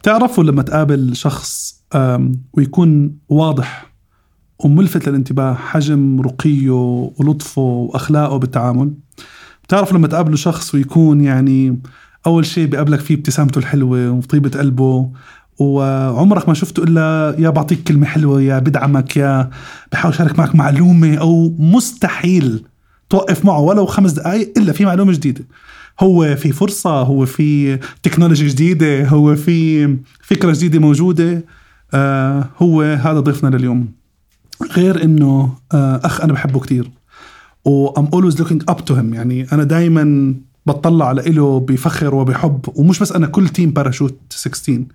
بتعرفوا لما تقابل شخص ويكون واضح وملفت للانتباه حجم رقيه ولطفه وأخلاقه بالتعامل. بتعرفوا لما تقابلوا شخص ويكون يعني أول شيء بيقابلك فيه ابتسامته الحلوة وطيبة قلبه، وعمرك ما شفته إلا يا بعطيك كلمة حلوة، يا بدعمك، يا بحاول يشارك معك معلومة، أو مستحيل توقف معه ولو 5 دقايق إلا في معلومة جديدة. هو في فرصة، هو في تكنولوجيا جديدة، هو في فكرة جديدة موجودة. هو هذا ضيفنا لليوم. غير إنه أخ أنا بحبه كتير و I'm always looking up to him. يعني أنا دايما بطلع على إله بفخر وبحب، ومش بس أنا، كل تيم باراشوت 16.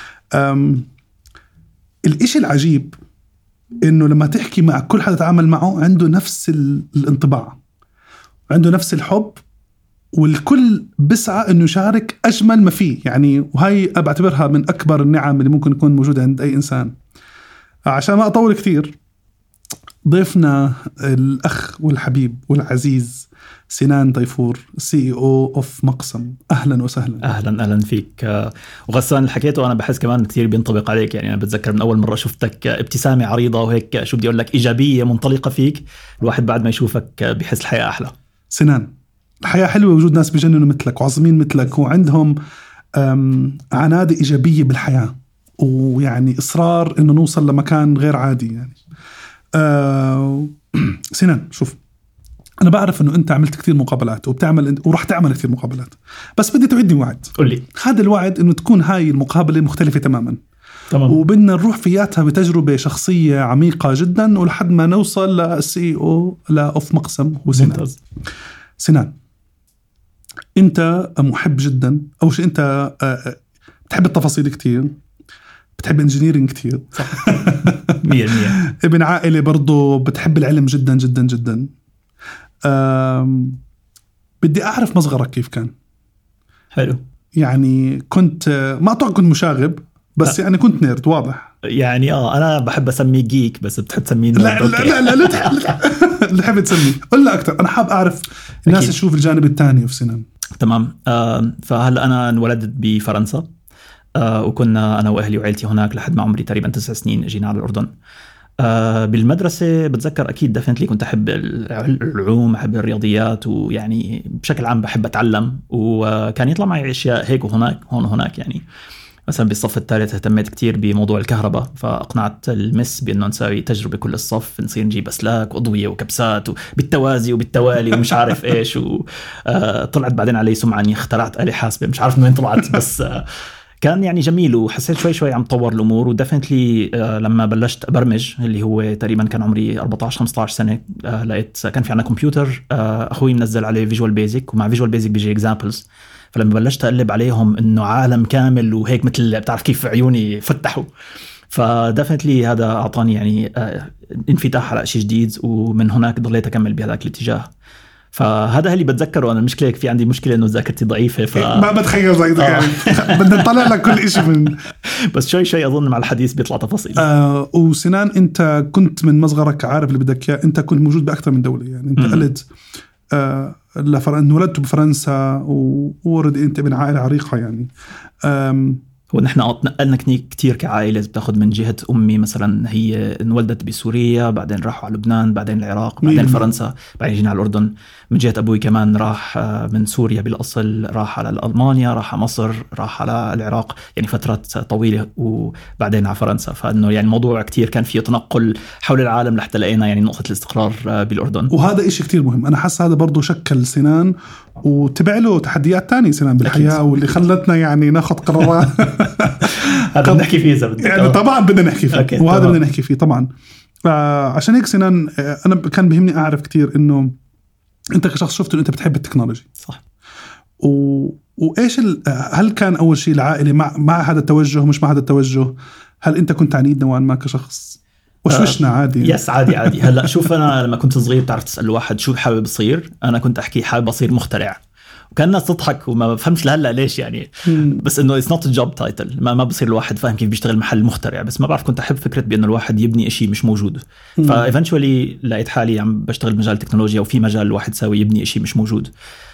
الإشي العجيب إنه لما تحكي مع كل حدا تعامل معه عنده نفس الانطباع، عنده نفس الحب، والكل بسعى إنه يشارك أجمل ما فيه يعني. وهي أبعتبرها من أكبر النعم اللي ممكن يكون موجودة عند أي إنسان. عشان ما أطول كتير، ضيفنا الأخ والحبيب والعزيز سنان طيفور، CEO of مقسم. أهلا وسهلا. أهلا فيك. وغسان الحكيته وأنا بحس كمان كتير بينطبق عليك. يعني أنا بتذكر من أول مرة شفتك ابتسامة عريضة وهيك، شو بدي أقول لك، إيجابية منطلقة فيك. الواحد بعد ما يشوفك بيحس الحياة أحلى. سنان، الحياة حلوة، وجود ناس بيجننوا مثلك وعظمين مثلك وعندهم عنادة إيجابية بالحياة، ويعني إصرار إنه نوصل لمكان غير عادي يعني. سنان، شوف، أنا بعرف إنه أنت عملت كثير مقابلات وبتعمل ورح تعمل كثير مقابلات، بس بدي توعدني وعد. قل لي. هذا الوعد إنه تكون هاي المقابلة مختلفة تماما. تمام. وبدنا نروح فياتها بتجربة شخصية عميقة جدا، ولحد ما نوصل للCEO لأوف مقسم هو سنان. ممتاز. سنان، أنت محب جدا. أول شيء أنت بتحب التفاصيل كتير، بتحب انجينيرينج كتير. صح. 100%. ابن عائلة برضو، بتحب العلم جدا جدا جدا. بدي أعرف مصغرك كيف كان. حلو. يعني كنت ما أطلع كنت مشاغب، بس يعني كنت نيرد واضح. يعني أنا بحب أسميه جيك، بس بتحب تسميه لا لا لا لا لا تحب تسميه. قل لا أكتر، أنا حاب أعرف الناس أكيد. تشوف الجانب الثاني في سنان. تمام. فهلأ أنا انولدت بفرنسا، وكنا أنا وأهلي وعائلتي هناك لحد ما عمري تقريبا 9 سنين جينا على الأردن. بالمدرسة بتذكر أكيد دفنتلي كنت أحب العلوم، أحب الرياضيات، ويعني بشكل عام بحب أتعلم، وكان يطلع معي أشياء هيك وهناك هون وهناك. يعني مثلا بالصف الثالث اهتميت كتير بموضوع الكهرباء، فأقنعت المس بأنه نسوي تجربة كل الصف، نصير نجيب أسلاك وأضوية وكبسات بالتوازي وبالتوالي ومش عارف إيش. وطلعت بعدين علي سمعة أني اخترعت آلة حاسبة، مش عارف من وين طلعت، بس كان يعني جميل. وحسيت شوي عم تطور الأمور. ودفنتلي لما بلشت أبرمج، اللي هو تقريبا كان عمري 14-15 سنة، لقيت كان في عنا كمبيوتر، أخوي منزل عليه فيجوال بيزك، ومع فيجوال بيزك بيجي إكزامبلز. فلما بلشت أقلب عليهم إنه عالم كامل وهيك، مثل بتعرف كيف عيوني فتحوا. فدفنتلي هذا أعطاني يعني انفتاح على شيء جديد، ومن هناك ضليت أكمل بهذاك الاتجاه. فهذا اللي بتذكره. أنا المشكلة في عندي مشكلة إنه ذاكرتي ضعيفة، ما بتخيل زي يعني بدنا نطلع لك كل إشي من بس شوي أظن مع الحديث بيطلع تفاصيل. وسنان، أنت كنت من مصغرك عارف اللي بدك إياه، أنت كنت موجود بأكثر من دولة. يعني أنت قلت ولدت بفرنسا، وورد أنت من عائلة عريقة يعني. ونحن نقلنا كتير كعائلة. بتاخد من جهة أمي مثلا، هي انولدت بسوريا، بعدين راحوا على لبنان، بعدين العراق، بعدين فرنسا، بعدين جينا على الأردن. من جهة أبوي كمان راح من سوريا بالأصل، راح على ألمانيا، راح على مصر، راح على العراق، يعني فترات طويلة، وبعدين على فرنسا. فإنه يعني الموضوع كتير كان فيه تنقل حول العالم لحتى لقينا يعني نقطة الاستقرار بالأردن. وهذا إشي كتير مهم. أنا حس هذا برضو شكل سنان، وتبع له تحديات تانية سنان بالحياة، واللي خلتنا يعني ناخد قرارات. هذا بنحكي فيه إذا بدك. يعني طبعا بدنا نحكي فيه، وهذا بدنا نحكي فيه طبعا. عشان هيك سنان، أنا كان بهمني أعرف كتير إنه أنت كشخص شفت إنه أنت بتحب التكنولوجي. صح. وإيش هل كان أول شيء العائلة مع هذا التوجه، مش مع هذا التوجه؟ هل أنت كنت عنيد نوعا ما كشخص؟ وشوشنا عادي. يس، عادي. هلأ شوف، أنا لما كنت صغير بتعرف تسأل واحد شو حابب أصير، أنا كنت أحكي حابب أصير مخترع، وكان الناس تضحك وما بفهمش لهلا ليش يعني. بس انه it's not a job title. ما بصير الواحد فاهم كيف بيشتغل محل مخترع، بس ما بعرف، كنت احب فكره بانه الواحد يبني إشي مش موجود. فايفنتشولي لقيت حالي عم بشتغل بمجال التكنولوجيا، وفي مجال الواحد ساوي يبني إشي مش موجود.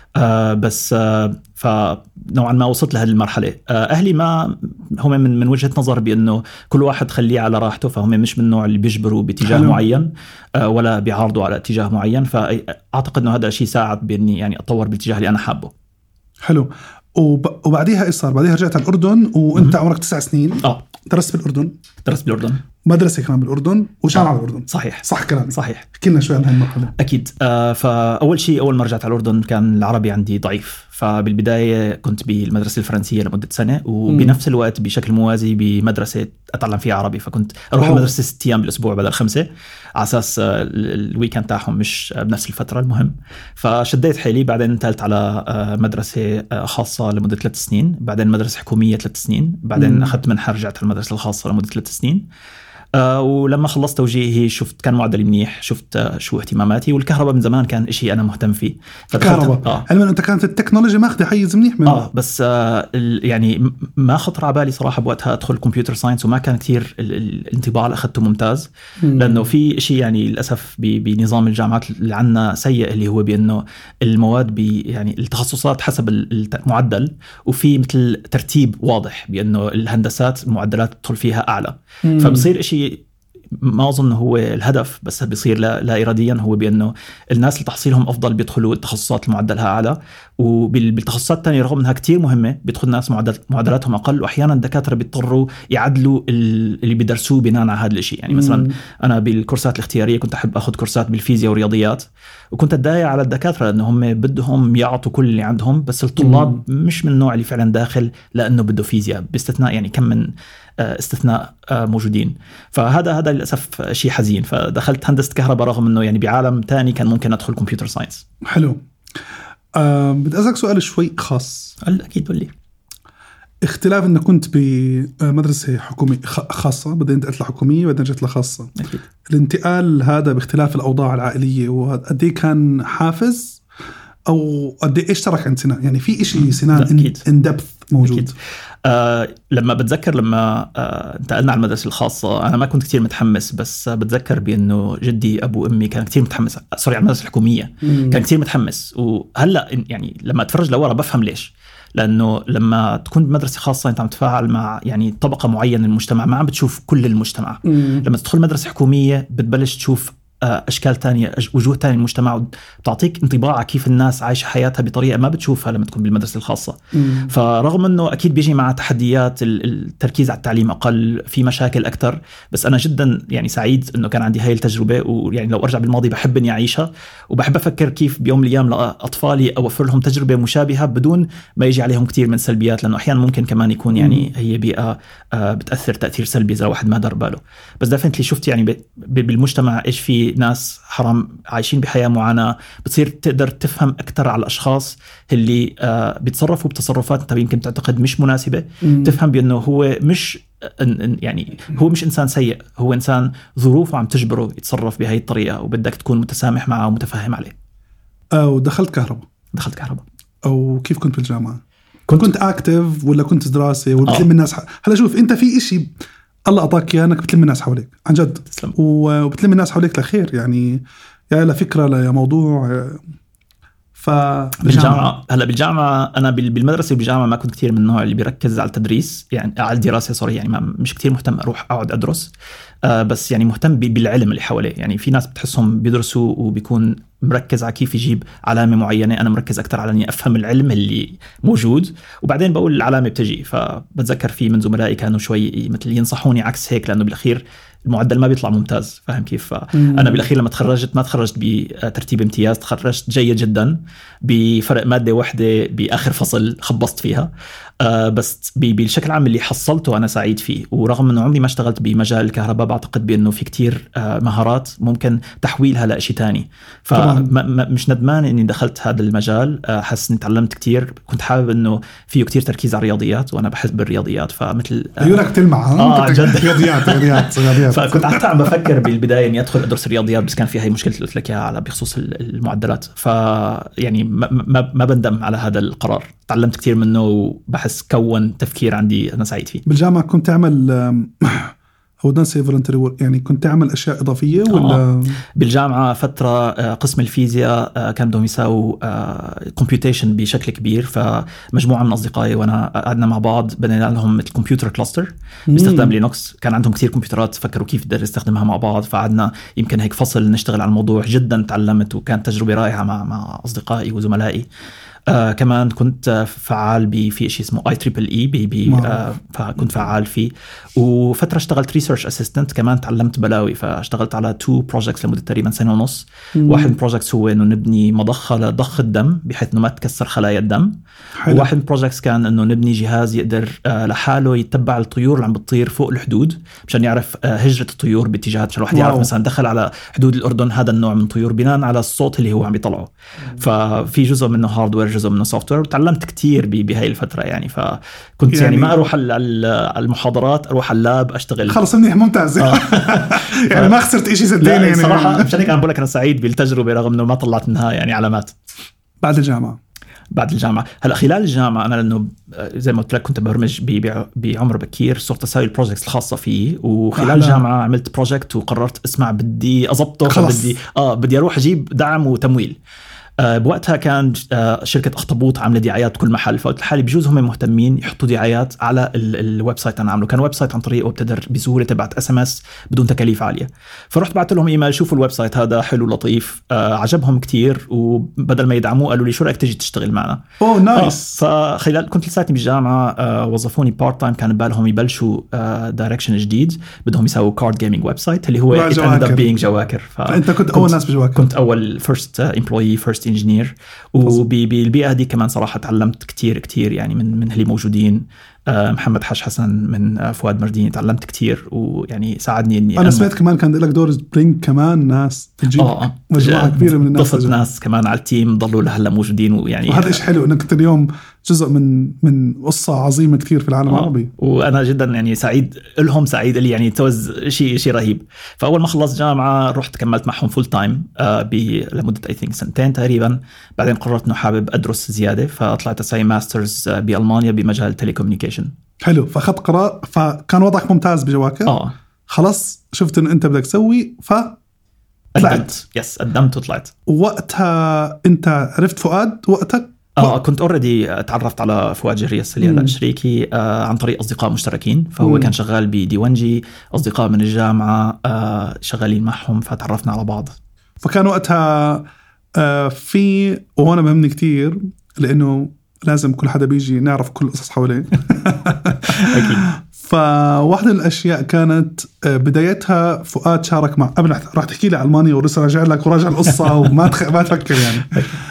بس فنوعا ما وصلت لهذه المرحلة. أهلي ما هم من وجهة نظر بأنه كل واحد خليه على راحته، فهم مش من النوع اللي بيجبروا باتجاه معين ولا بيعارضوا على اتجاه معين. فأعتقد أنه هذا الشيء ساعد بأني يعني أتطور بالاتجاه اللي أنا حابه. حلو. وبعديها إيش صار؟ بعديها رجعت على الأردن وأنت عمرك 9 سنين. درست بالأردن. مدرسة كمان بالأردن وجامعة بالأردن. صحيح. صح كلامي. صحيح. كنا شوي عن هالمرحلة. أكيد. فأول شيء أول ما رجعت على الأردن كان العربي عندي ضعيف. فبالبداية كنت بالمدرسة الفرنسية لمدة سنة، وبنفس الوقت بشكل موازي بمدرسة أتعلم فيها عربي. فكنت أروح المدرسة 6 أيام بالأسبوع بدل 5 على أساس الويكند تاعهم مش بنفس الفترة. المهم فشديت حيلي، بعدين انتقلت على مدرسة خاصة لمدة 3 سنين، بعدين مدرسة حكومية 3 سنين، بعدين أخذت منحة رجعت على المدرسة الخاصة لمدة 3 سنين. ولما خلصت توجيهي شفت كان معدلي منيح، شفت شو اهتماماتي، والكهرباء من زمان كان إشي أنا مهتم فيه. الكهرباء علما أنت كانت التكنولوجيا ماخذة حيز منيح منه. بس يعني ما خطر على بالي صراحة بوقتها أدخل كمبيوتر ساينس، وما كان كتير الانطباع اللي أخذته ممتاز. لأنه في إشي يعني للأسف بنظام الجامعات اللي عنا سيء، اللي هو بأنه المواد يعني التخصصات حسب المعدل، وفي مثل ترتيب واضح بأنه الهندسات المعدلات تدخل فيها أعلى. فبصير إشي ما أظن هو الهدف، بس بيصير لا إراديا، هو بأنه الناس اللي تحصيلهم أفضل بيدخلوا التخصصات المعدلها أعلى، وبالتخصصات التانية رغم أنها كتير مهمة بيدخل ناس معدلاتهم أقل، وأحيانا الدكاترة بيضطروا يعدلوا اللي بيدرسوه بناء على هذا الشيء. يعني مثلا أنا بالكورسات الاختيارية كنت أحب أخذ كورسات بالفيزياء ورياضيات، وكنت أتضايق على الدكاترة لأنهم بدهم يعطوا كل اللي عندهم، بس الطلاب مش من النوع اللي فعلا داخل لأنه بده فيزياء، باستثناء يعني كم من استثناء موجودين. فهذا للأسف شيء حزين. فدخلت هندسة كهرباء رغم أنه يعني بعالم تاني كان ممكن أدخل كمبيوتر ساينس. حلو. بدي أسألك سؤال شوي خاص. أكيد قولي. اختلاف أنه كنت بمدرسة حكومية خاصة، بعدين انتقلت لحكومية، بعدين جت لخاصة. أكيد. الانتقال هذا باختلاف الأوضاع العائلية، وقد ايه كان حافز أو قد ايش ترك عند سنان؟ يعني في إشي سنان in depth موجود. أكيد. لما بتذكر لما انتقلنا على المدرسة الخاصة أنا ما كنت كتير متحمس، بس بتذكر بأنه جدي أبو أمي كان كتير متحمس. على المدرسة الحكومية كان كتير متحمس. وهلأ يعني لما أتفرج لورا بفهم ليش. لأنه لما تكون بمدرسة خاصة أنت عم تتفاعل مع يعني طبقة معينة من المجتمع، ما عم بتشوف كل المجتمع. لما تدخل مدرسة حكومية بتبلش تشوف أشكال تانية، وجوه تانية المجتمع، بتعطيك انطباع كيف الناس عايشة حياتها بطريقة ما بتشوفها لما تكون بالمدرسة الخاصة. فرغم أنه أكيد بيجي مع تحديات، التركيز على التعليم أقل، في مشاكل أكتر، بس أنا جدا يعني سعيد أنه كان عندي هاي التجربة. ويعني لو أرجع بالماضي بحب أني أعيشها، وبحب أفكر كيف بيوم من الأيام لأطفالي أوفر لهم تجربة مشابهة بدون ما يجي عليهم كتير من سلبيات، لأنه أحيانا ممكن كمان يكون يعني هي بيئة بتأثر تأثير سلبي إذا واحد ما دار باله. بس دافنتلي شفت يعني بالمجتمع إيش في ناس حرام عايشين بحياة معاناة، بتصير تقدر تفهم أكتر على الأشخاص اللي بيتصرفوا بتصرفات أنت يمكن تعتقد مش مناسبة. تفهم بأنه هو مش يعني هو مش إنسان سيء، هو إنسان ظروفه عم تجبره يتصرف بهاي الطريقة، وبدك تكون متسامح معه ومتفهم عليه. ودخلت كهرباء. أو كيف كنت بالجامعة؟ كنت أكتف ولا كنت دراسة ولا بتلم الناس هلا شوف أنت في إشي الله أعطاك إياه، أنك بتلم الناس حواليك عن جد. تسلم. وبتلم الناس حواليك لخير، يعني يا لفكرة يا موضوع. بالجامعة هلا بالجامعة أنا بالمدرسة وبالجامعة ما كنت كتير من النوع اللي بيركز على التدريس، يعني على الدراسة صار يعني مش كتير مهتم أروح أقعد أدرس. بس يعني مهتم بالعلم اللي حواليه. يعني في ناس بتحسهم بيدرسوا وبيكون مركز على كيف يجيب علامة معينة، أنا مركز أكتر على أني أفهم العلم اللي موجود وبعدين بقول العلامة بتجي. فبتذكر في من زملائي كانوا شوي مثل ينصحوني عكس هيك، لأنه بالأخير المعدل ما بيطلع ممتاز، فاهم كيف؟ أنا بالأخير لما تخرجت ما تخرجت بترتيب امتياز، تخرجت جيد جدا بفرق مادة واحدة بآخر فصل خبصت فيها. بس بالشكل عام اللي حصلته أنا سعيد فيه. ورغم أنه عمري ما اشتغلت بمجال الكهرباء، بعتقد بأنه في كتير مهارات ممكن تحويلها لأشي تاني. فمش ندمان أني دخلت هذا المجال، حس أني تعلمت كتير. كنت حابب أنه فيه كتير تركيز على الرياضيات، وأنا بحب الرياضيات. فمثل يقولك تلمع جد رياضيات. فكنت حتى عم بفكر بالبداية أني أدخل أدرس الرياضيات، بس كان في هاي مشكلة اللي قلت لك على بخصوص المعدلات. يعني ما بندم على هذا القرار، تعلمت كتير منه، وبحس كون تفكير عندي أنا سعيد فيه. بالجامعة كنت تعمل أو don't say voluntary work، يعني كنت تعمل أشياء إضافية ولا؟ بالجامعة فترة قسم الفيزياء كان بدهم يساووا computation بشكل كبير، فمجموعة من أصدقائي وأنا قعدنا مع بعض بنينا لهم مثل كمبيوتر كلاستر باستخدام لينوكس. كان عندهم كثير كمبيوترات، فكروا كيف بدنا نستخدمها مع بعض، فقعدنا يمكن هيك فصل نشتغل على الموضوع. جدا تعلمت وكانت تجربة رائعة مع أصدقائي وزملائي. كمان كنت فعال في شيء اسمه IEEE فكنت فعال فيه. وفترة اشتغلت ريسيرش اسيستنت كمان، تعلمت بلاوي، فاشتغلت على 2 بروجكتس لمدة تقريبا 1.5 سنة. واحد من البروجكتس هو انه نبني مضخة لضخ الدم بحيث انه ما تكسر خلايا الدم. وواحد من البروجكتس كان انه نبني جهاز يقدر لحاله يتبع الطيور اللي عم بتطير فوق الحدود مشان يعرف هجرة الطيور باتجاهات، عشان الواحد يعرف مثلا دخل على حدود الأردن هذا النوع من الطيور بناء على الصوت اللي هو عم يطلعه. ففي جزء منه هاردوير جزء منه سوفت وير، وتعلمت كتير بهاي الفترة يعني. فكنت يعني ما أروح المحاضرات، أروح اللاب أشتغل. خلص منيح، ممتاز. يعني ما خسرت إشي صدقني يعني صراحة. مشان هيك أنا بقول لك أنا سعيد بالتجربة رغم إنه ما طلعت منها يعني علامات. بعد الجامعة هلا خلال الجامعة أنا لأنه زي ما قلت لك كنت برمج بعمر بكير، صرت أسوي البروجكتس الخاصة فيه. وخلال الجامعة عملت بروجكت وقررت اسمع بدي أضبطه، بدي أروح أجيب دعم وتمويل. بوقتها كان شركة أخطبوط عاملة دعايات بكل محل، فقلت لحالي بجوز هم مهتمين يحطوا دعايات على الويب سايت أنا عامله. كان ويب سايت عن طريقه بتقدر بسهولة تبعت SMS بدون تكاليف عالية. فرحت بعت لهم إيميل، شوفوا الويب سايت هذا حلو لطيف، عجبهم كتير، وبدل ما يدعموه قالوا لي شو رأيك تيجي تشتغل معنا. نايس. فخلال كنت لساتني بالجامعة وظفوني بارت تايم، كان بالهم يبلشوا دايركشن جديد، بدهم يسووا كارد جيمينج ويب سايت اللي هو جواكر. فأنت كنت أول ناس بجواكر. كنت أول first employee first engineer. وبالبيئة دي كمان صراحة تعلمت كتير يعني من اللي موجودين. محمد حسن من فؤاد مرديني، تعلمت كتير ويعني ساعدني اني انا سمعت كمان كان لك دور برينج كمان ناس تجيب مجموعة كبيرة من الناس، ضفت ناس كمان على التيم ضلوا لهلا موجودين. ويعني وهذا إيش حلو انك كنت اليوم جزء من قصة عظيمة كتير في العالم العربي. وانا جدا يعني سعيد لهم، سعيد لي يعني توز شيء رهيب. فاول ما خلصت جامعة رحت كملت معهم فول تايم لمدة I think 2 تقريبا. بعدين قررت انه حابب ادرس زيادة، فطلعت اسوي ماسترز بألمانيا بمجال تيليكومنيكيشن. حلو. فأخذت قرار، فكان وضعك ممتاز بجواكر. خلاص شفت إن أنت بدك تسوي، قدمت وطلعت. وقتها أنت عرفت فؤاد وقتك؟ كنت أوريدي تعرفت على فؤاد جريس اللي هلا شريكي عن طريق أصدقاء مشتركين. فهو كان شغال بديوانجي، أصدقاء من الجامعة شغالين معهم، فتعرفنا على بعض. فكان وقتها وهنا بهمني كتير لأنه لازم كل حدا بيجي نعرف كل قصص حواليه. أكيد. فواحدة من الأشياء كانت بدايتها فؤاد شارك مع قبل راح تحكي لي ألمانيا ولسه راجع لك وراجع القصة وما ما تفكر يعني.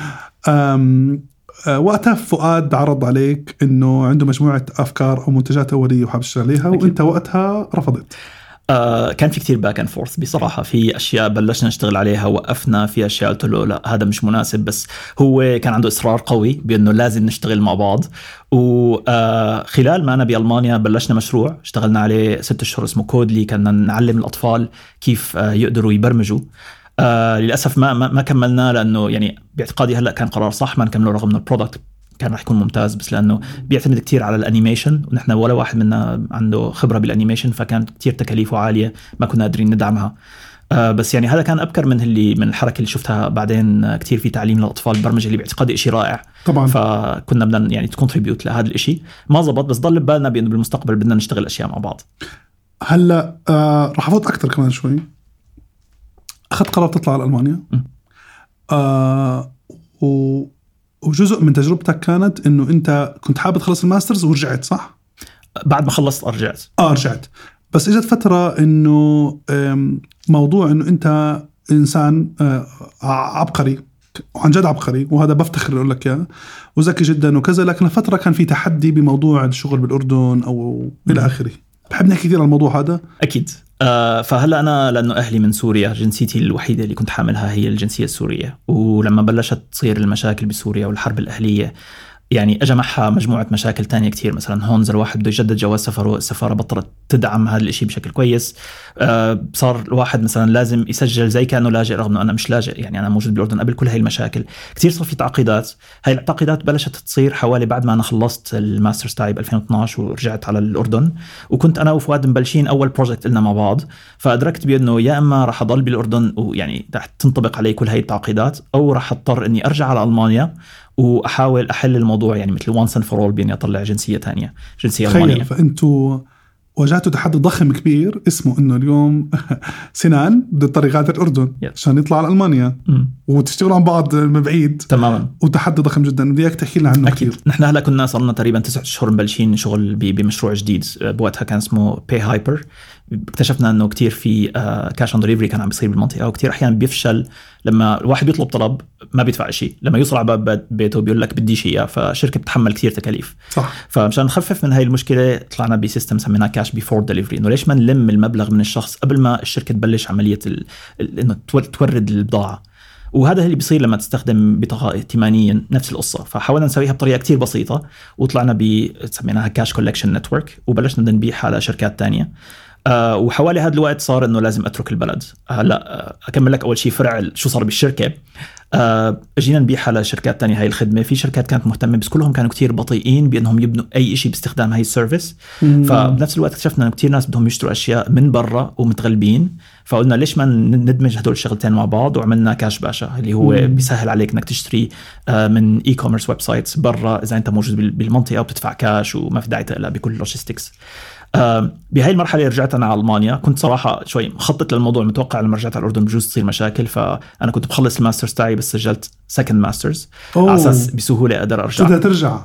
وقتها فؤاد عرض عليك إنه عنده مجموعة أفكار أو منتجات أولية وحاب تشتغل عليها، وأنت وقتها رفضت. كان في كتير باك اند فورث بصراحة. في أشياء بلشنا نشتغل عليها، وقفنا في أشياء قلت له لا هذا مش مناسب، بس هو كان عنده إصرار قوي بأنه لازم نشتغل مع بعض. وخلال ما أنا بألمانيا بلشنا مشروع اشتغلنا عليه 6 أشهر اسمه كودلي، كنا نعلم الأطفال كيف يقدروا يبرمجوا. للأسف ما كملنا، لأنه يعني باعتقادي هلأ كان قرار صح ما نكمله رغم أنه البرودكت كان راح يكون ممتاز، بس لأنه بيعتمد كتير على الأنيميشن، ونحن ولا واحد منا عنده خبرة بالأنيميشن، فكانت كتير تكاليفه عالية ما كنا قادرين ندعمها. بس يعني هذا كان أبكر من الحركة اللي شفتها بعدين. كتير في تعليم للأطفال البرمجة اللي باعتقادي إشي رائع طبعا. فكنا بدنا يعني تكونتريبيوت لهذا الإشي. ما زبط، بس ضل ببالنا بأنه بالمستقبل بدنا نشتغل أشياء مع بعض. هلا راح أفوت أكتر كمان شوي. أخذت قرار تطلع على ألمانيا. وجزء من تجربتك كانت إنه أنت كنت حابب تخلص الماسترز ورجعت، صح؟ بعد ما خلصت رجعت. رجعت. بس إجت فترة إنه موضوع إنه أنت إنسان عبقري، وعن جد عبقري، وهذا بفتخر أقول لك إياه، وذكي جدا وكذا، لكن الفترة كان في تحدي بموضوع الشغل بالأردن أو إلى آخره. بحب نحكي كثير عن الموضوع هذا. أكيد. فهلا أنا لأنه أهلي من سوريا، جنسيتي الوحيدة اللي كنت حاملها هي الجنسية السورية. ولما بلشت تصير المشاكل بسوريا والحرب الأهلية يعني اجى معها مجموعه مشاكل تانية كتير. مثلا هون اذا الواحد بده يجدد جواز سفره، السفاره بطلت تدعم هذا الاشي بشكل كويس. صار الواحد مثلا لازم يسجل زي كانه لاجئ رغم انه انا مش لاجئ، يعني انا موجود بالاردن قبل كل هاي المشاكل. كتير صار في تعقيدات. هاي التعقيدات بلشت تصير حوالي بعد ما انا خلصت الماسترز تاعي ب 2012 ورجعت على الاردن، وكنت انا وفؤاد مبلشين اول بروجكت لنا مع بعض. فادركت بانه يا اما راح اضل بالاردن ويعني رح تنطبق علي كل هاي التعقيدات، او راح اضطر اني ارجع على المانيا واحاول احل الموضوع، يعني مثل وانس اند فور اول باني اطلع جنسيه ثانيه، جنسيه المانيه. فانتوا واجهتوا تحدي ضخم كبير اسمه انه اليوم سنان بده يضطر يغادر الاردن عشان يطلع على المانيا وتشتغلوا عن بعض من بعيد تماما، وتحدي ضخم جدا. بدي اياك تحكي لنا عنه. اكيد كثير. نحن هلا كنا صار لنا تقريبا 9 أشهر مبلشين شغل بمشروع جديد بوقتها كان اسمه باي هايبر. اكتشفنا انه كتير في كاش اون دليفري كان عم بيصير بالمنطقه، وكتير احيانا بيفشل لما الواحد بيطلب طلب ما بيدفع شيء، لما يوصل على باب بيته بيقول لك بديش اياه، فالشركه بتحمل كتير تكاليف. صح. فمشان نخفف من هاي المشكله طلعنا بسيستم سميناه كاش بيفور دليفري، انه ليش ما نلم المبلغ من الشخص قبل ما الشركه تبلش عمليه انه تورد البضاعه. وهذا اللي بيصير لما تستخدم بطاقة ائتمانية، نفس القصة. فحاولنا نسويها بطريقة كتير بسيطة وطلعنا سميناها كاش كولكشن نتورك، وبلشنا نبيعها على شركات تانية. وحوالي هذا الوقت صار انه لازم اترك البلد. هلا اكمل لك اول شيء فرع شو صار بالشركه. اجينا نبيعها لشركات تانية هاي الخدمه. في شركات كانت مهتمه بس كلهم كانوا كتير بطيئين بانهم يبنوا اي شيء باستخدام هاي السيرفيس. فبنفس الوقت اكتشفنا انه كتير ناس بدهم يشتروا اشياء من برا ومتغلبين، فقلنا ليش ما ندمج هدول الشغلتين مع بعض، وعملنا كاش باشا اللي هو بيسهل عليك انك تشتري من اي كوميرس ويب سايتس برا اذا انت موجود بالمنطقه وبتدفع كاش وما في داعي تقلق بكل اللوجيستكس. بهاي المرحلة رجعت أنا على ألمانيا. كنت صراحة شوي مخطط للموضوع، متوقع لما رجعت على الأردن بجوز تصير مشاكل، فأنا كنت بخلص الماسترز تاعي بس سجلت سكند ماسترز على أساس بسهولة أقدر أرجع. تقدر ترجع.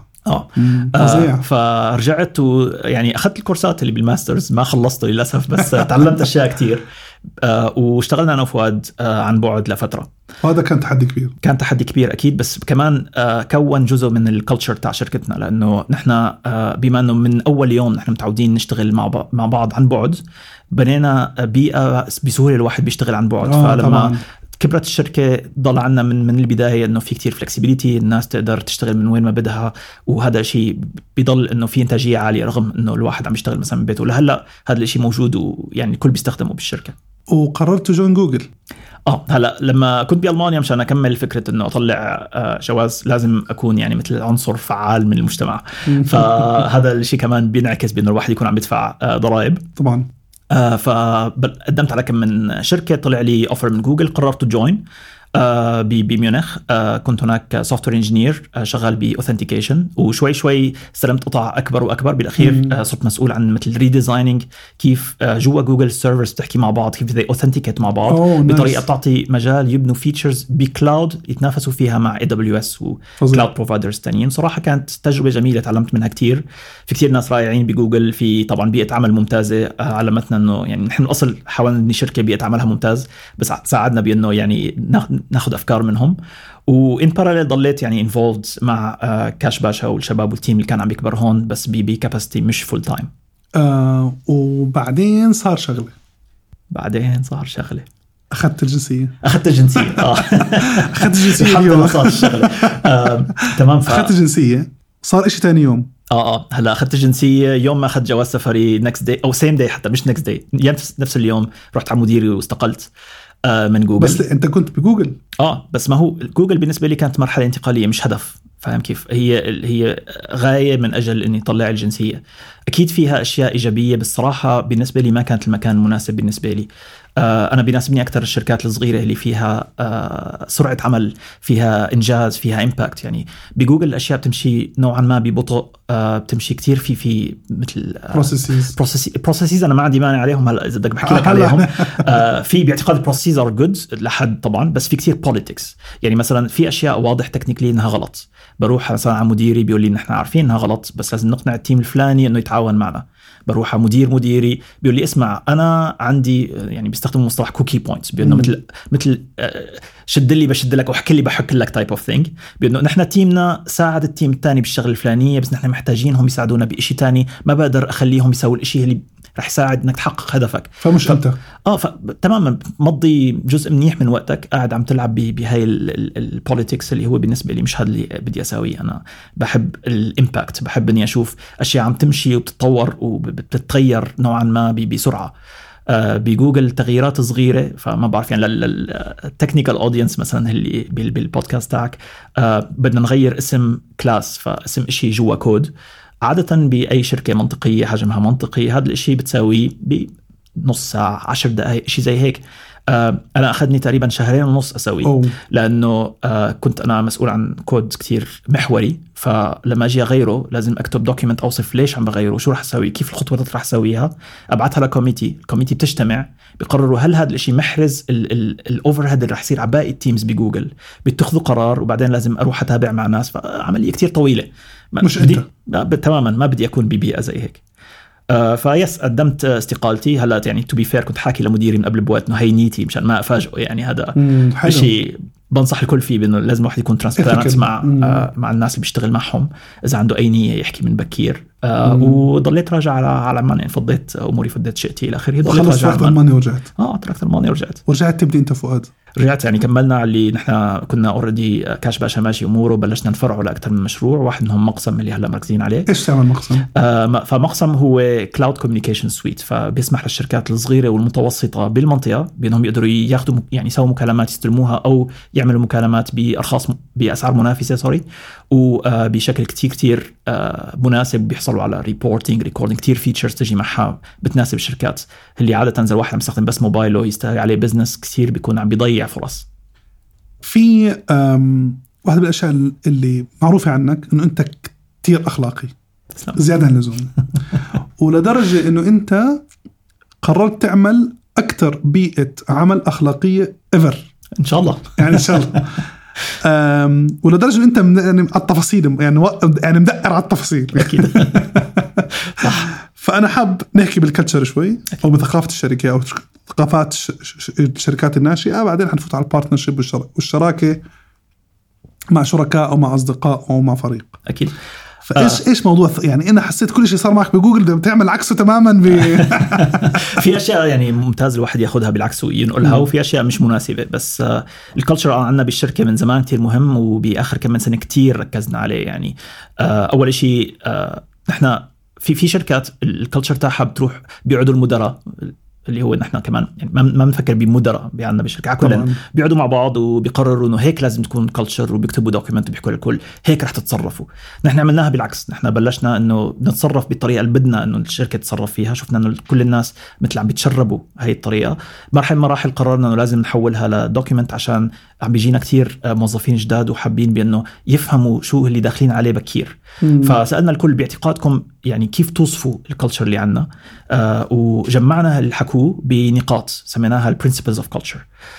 فرجعت ويعني أخذت الكورسات اللي بالماسترز، ما خلصته للأسف بس تعلمت أشياء كتير. واشتغلنا أنا وفؤاد عن بعد لفترة. هذا كان تحدي كبير. كان تحدي كبير أكيد، بس كمان كون جزء من الكالتشر تاع شركتنا، لأنه نحن بما أنه من أول يوم نحن متعودين نشتغل مع بعض عن بعد، بنينا بيئة بسهولة الواحد بيشتغل عن بعد. فلما طبعاً كبرت الشركة ضل عنا من البداية أنه في كتير فلكسبيليتي، الناس تقدر تشتغل من وين ما بدها، وهذا شيء بيضل أنه في إنتاجية عالية رغم أنه الواحد عم يشتغل مثلا من بيته. لهلا هذا الشيء موجود ويعني الكل بيستخدمه بالشركة. وقررت جوين جوجل. هلا لما كنت بألمانيا مشان أكمل فكرة أنه أطلع جواز لازم أكون يعني مثل عنصر فعال من المجتمع. فهذا الشيء كمان بينعكس بأنه الواحد يكون عم يدفع ضرائب طبعا. فقدمت على كم من شركة، طلع لي أوفر من جوجل، قررت جوين بميونخ. كنت هناك سوفتوير انجينير شغال باوثنتيكيشن، وشوي شوي استلمت قطع اكبر واكبر. بالاخير صرت مسؤول عن مثل ريديزايننج، كيف جوا جوجل سيرفرز تحكي مع بعض، كيف بدي اوثنتيكيت مع بعض بطريقه بتعطي مجال يبنوا فيتشرز بكلاود يتنافسوا فيها مع AWS وكلاود بروفايدرز تانيين. صراحه كانت تجربه جميله، تعلمت منها كتير. في كتير ناس رائعين بجوجل، في طبعا بيئه عمل ممتازه علمتنا انه يعني نحن الاصل حاولنا ان شركه بيئه عملها ممتاز، بس ساعدنا بانه يعني ناخذ أفكار منهم. وإن باراليل ضليت يعني انفولد مع كاش باشا والشباب والتيم اللي كان عم يكبر هون، بس بكاباسيتي مش فول تايم. وبعدين صار شغلة. أخذت الجنسية. أخذت الجنسية اليوم. صار الشغلة. تمام. أخذت الجنسية، صار إشي تاني يوم. هلا أخذت الجنسية يوم ما أخذت جواز سفري next day أو same day، حتى مش next day، نفس اليوم رحت على مديري واستقلت من جوجل. بس انت كنت بجوجل. بس ما هو جوجل بالنسبه لي كانت مرحله انتقاليه مش هدف، فاهم كيف؟ هي غايه من اجل اني اطلع الجنسيه. اكيد فيها اشياء ايجابيه، بس صراحه بالنسبه لي ما كانت المكان المناسب بالنسبه لي. أنا بيناسبني أكثر الشركات الصغيرة اللي فيها سرعة عمل، فيها إنجاز، فيها إمباكت. يعني بجوجل الأشياء بتمشي نوعا ما ببطء، بتمشي كتير في مثل بروسيسز. أنا ما عندي مانع عليهم، هلا إذا بدك بحكي لك عليهم. في باعتقاد بروسيسز are good لحد طبعا، بس في كتير politics. يعني مثلا في أشياء واضح تكنيكلي إنها غلط، بروح مثلا على مديري بيقول لي نحن عارفين إنها غلط، بس لازم نقنع التيم الفلاني إنه يتعاون معنا. بروح على مديري بيقول لي اسمع أنا عندي يعني بيستخدموا مصطلح كوكي بوينتس بأنه مثل شد لي بشد لك وحكي لي بحكي لك تايب اوف ثينج بأنه نحن تيمنا ساعد التيم الثاني بالشغل الفلانية بس نحن محتاجينهم يساعدونا بإشي تاني ما بقدر أخليهم يسووا الإشي اللي رح يساعد انك تحقق هدفك. فمش انت تماما مضي جزء منيح من وقتك قاعد عم تلعب بهاي البوليتكس اللي هو بالنسبه لي مش هذا اللي بدي اسويه. انا بحب الامباكت، بحب اني اشوف اشياء عم تمشي وبتتطور وبتتغير نوعا ما بسرعه. بجوجل تغييرات صغيره، فما بعرف يعني للتكنيكال اودينس مثلا اللي بالبودكاست تاعك بدنا نغير اسم كلاس، فاسم اشي جوا كود عادة بأي شركة منطقية حجمها منطقي هذا الاشي بتساويه بنص ساعة 10 دقائق شيء زي هيك. أنا أخذني تقريبا 2.5 شهور أسويه لأنه كنت أنا مسؤول عن كود كتير محوري، فلما أجي أغيره لازم أكتب دوكيمنت أوصف ليش عم بغيره وشو رح أسوي كيف الخطوة اللي رح أسويها، أبعتها لكوميتي، الكوميتي بتجتمع بيقرروا هل هذا الاشي محرز الأوفر هيد اللي رح يصير على باقي التيمز بجوجل، بيتخذوا قرار وبعدين لازم أروح أتابع مع ناس، فعملية كتير طويلة. مش أنت تماما ما بدي أكون ببيئة زي هيك. فيس قدمت استقالتي. هلا يعني تو بي فير كنت حاكي لمديري من قبل بوقت انه هي نيتي مشان ما افاجئه، يعني هذا شيء بنصح الكل فيه بانه لازم واحد يكون ترانسبيرنت مع الناس اللي بيشتغل معهم اذا عنده اي نيه يحكي من بكير. وضليت راجع على عمان، يعني فضيت اموري فضيت شئتي الى اخره. ضليت راجع على عمان ورجعت تركت المانيا ورجعت تبدي انت فؤاد. رجعت يعني كملنا اللي نحن كنا اوريدي كاش باشا ماشي اموره، بلشنا نفرعه لاكثر من مشروع. واحد منهم مقسم اللي هلا مركزين عليه. ايش تعمل مقسم؟ فمقسم هو كلاود كوميونيكيشن سويت، فبيسمح للشركات الصغيره والمتوسطه بالمنطقه بانهم يقدروا ياخذوا يعني يسووا مكالمات يستلموها او يعملوا مكالمات باسعار منافسه وبشكل كتير مناسب. بيحصلوا على ريكوردينج كتير فيتشرز تجي معها بتناسب الشركات اللي عاده اذا الواحد عم يستخدم بس موبايله يستاهل عليه بزنس كتير بيكون عم بيضيع فرص. في واحدة من الأشياء اللي معروفة عنك إنه أنت كتير أخلاقي زيادة عن اللزوم ولدرجة إنه أنت قررت تعمل أكتر بيئة عمل أخلاقية ever إن شاء الله. يعني إن شاء الله. ولدرجة إنه أنت يعني على التفاصيل يعني مدقر على التفاصيل أكيد. فأنا حاب نحكي بالكالتشر شوي أو بثقافة الشركة أو ثقافات الشركات الناشئة، بعدين حنفوت على البارتنرشيب والشراكة مع شركاء أو مع أصدقاء أو مع فريق. أكيد. إيش موضوع يعني أنا حسيت كل شيء صار معك بجوجل بتعمل عكسه تماما في أشياء يعني ممتاز الواحد يأخذها بالعكس وينقلها، وفي أشياء مش مناسبة. بس الكالتشر عندنا بالشركة من زمان كتير مهم، وبآخر كم من سنة كتير ركزنا عليه. يعني أول شيء نحن في شركات الكالتشر تاعها بتروح بيقعدوا المدراء اللي هو نحن كمان يعني ما بنفكر بمدراء عندنا بالشركه كلنا بيقعدوا مع بعض وبيقرروا انه هيك لازم تكون كلتشر، وبيكتبوا دوكيمنت وبيحكوا للكل هيك رح تتصرفوا. نحن عملناها بالعكس، نحن بلشنا انه نتصرف بالطريقه اللي بدنا انه الشركه تتصرف فيها. شفنا انه كل الناس مثل عم بيتشربوا هاي الطريقه. مراحل قررنا انه لازم نحولها لدوكيمنت عشان عم بيجينا كتير موظفين جداد وحابين بانه يفهموا شو اللي داخلين عليه بكير. فسالنا الكل باعتقادكم يعني كيف توصفوا الكلتشر اللي عندنا، وجمعنا الحكو بنقاط سميناها البرنسبلز اوف كلتشر.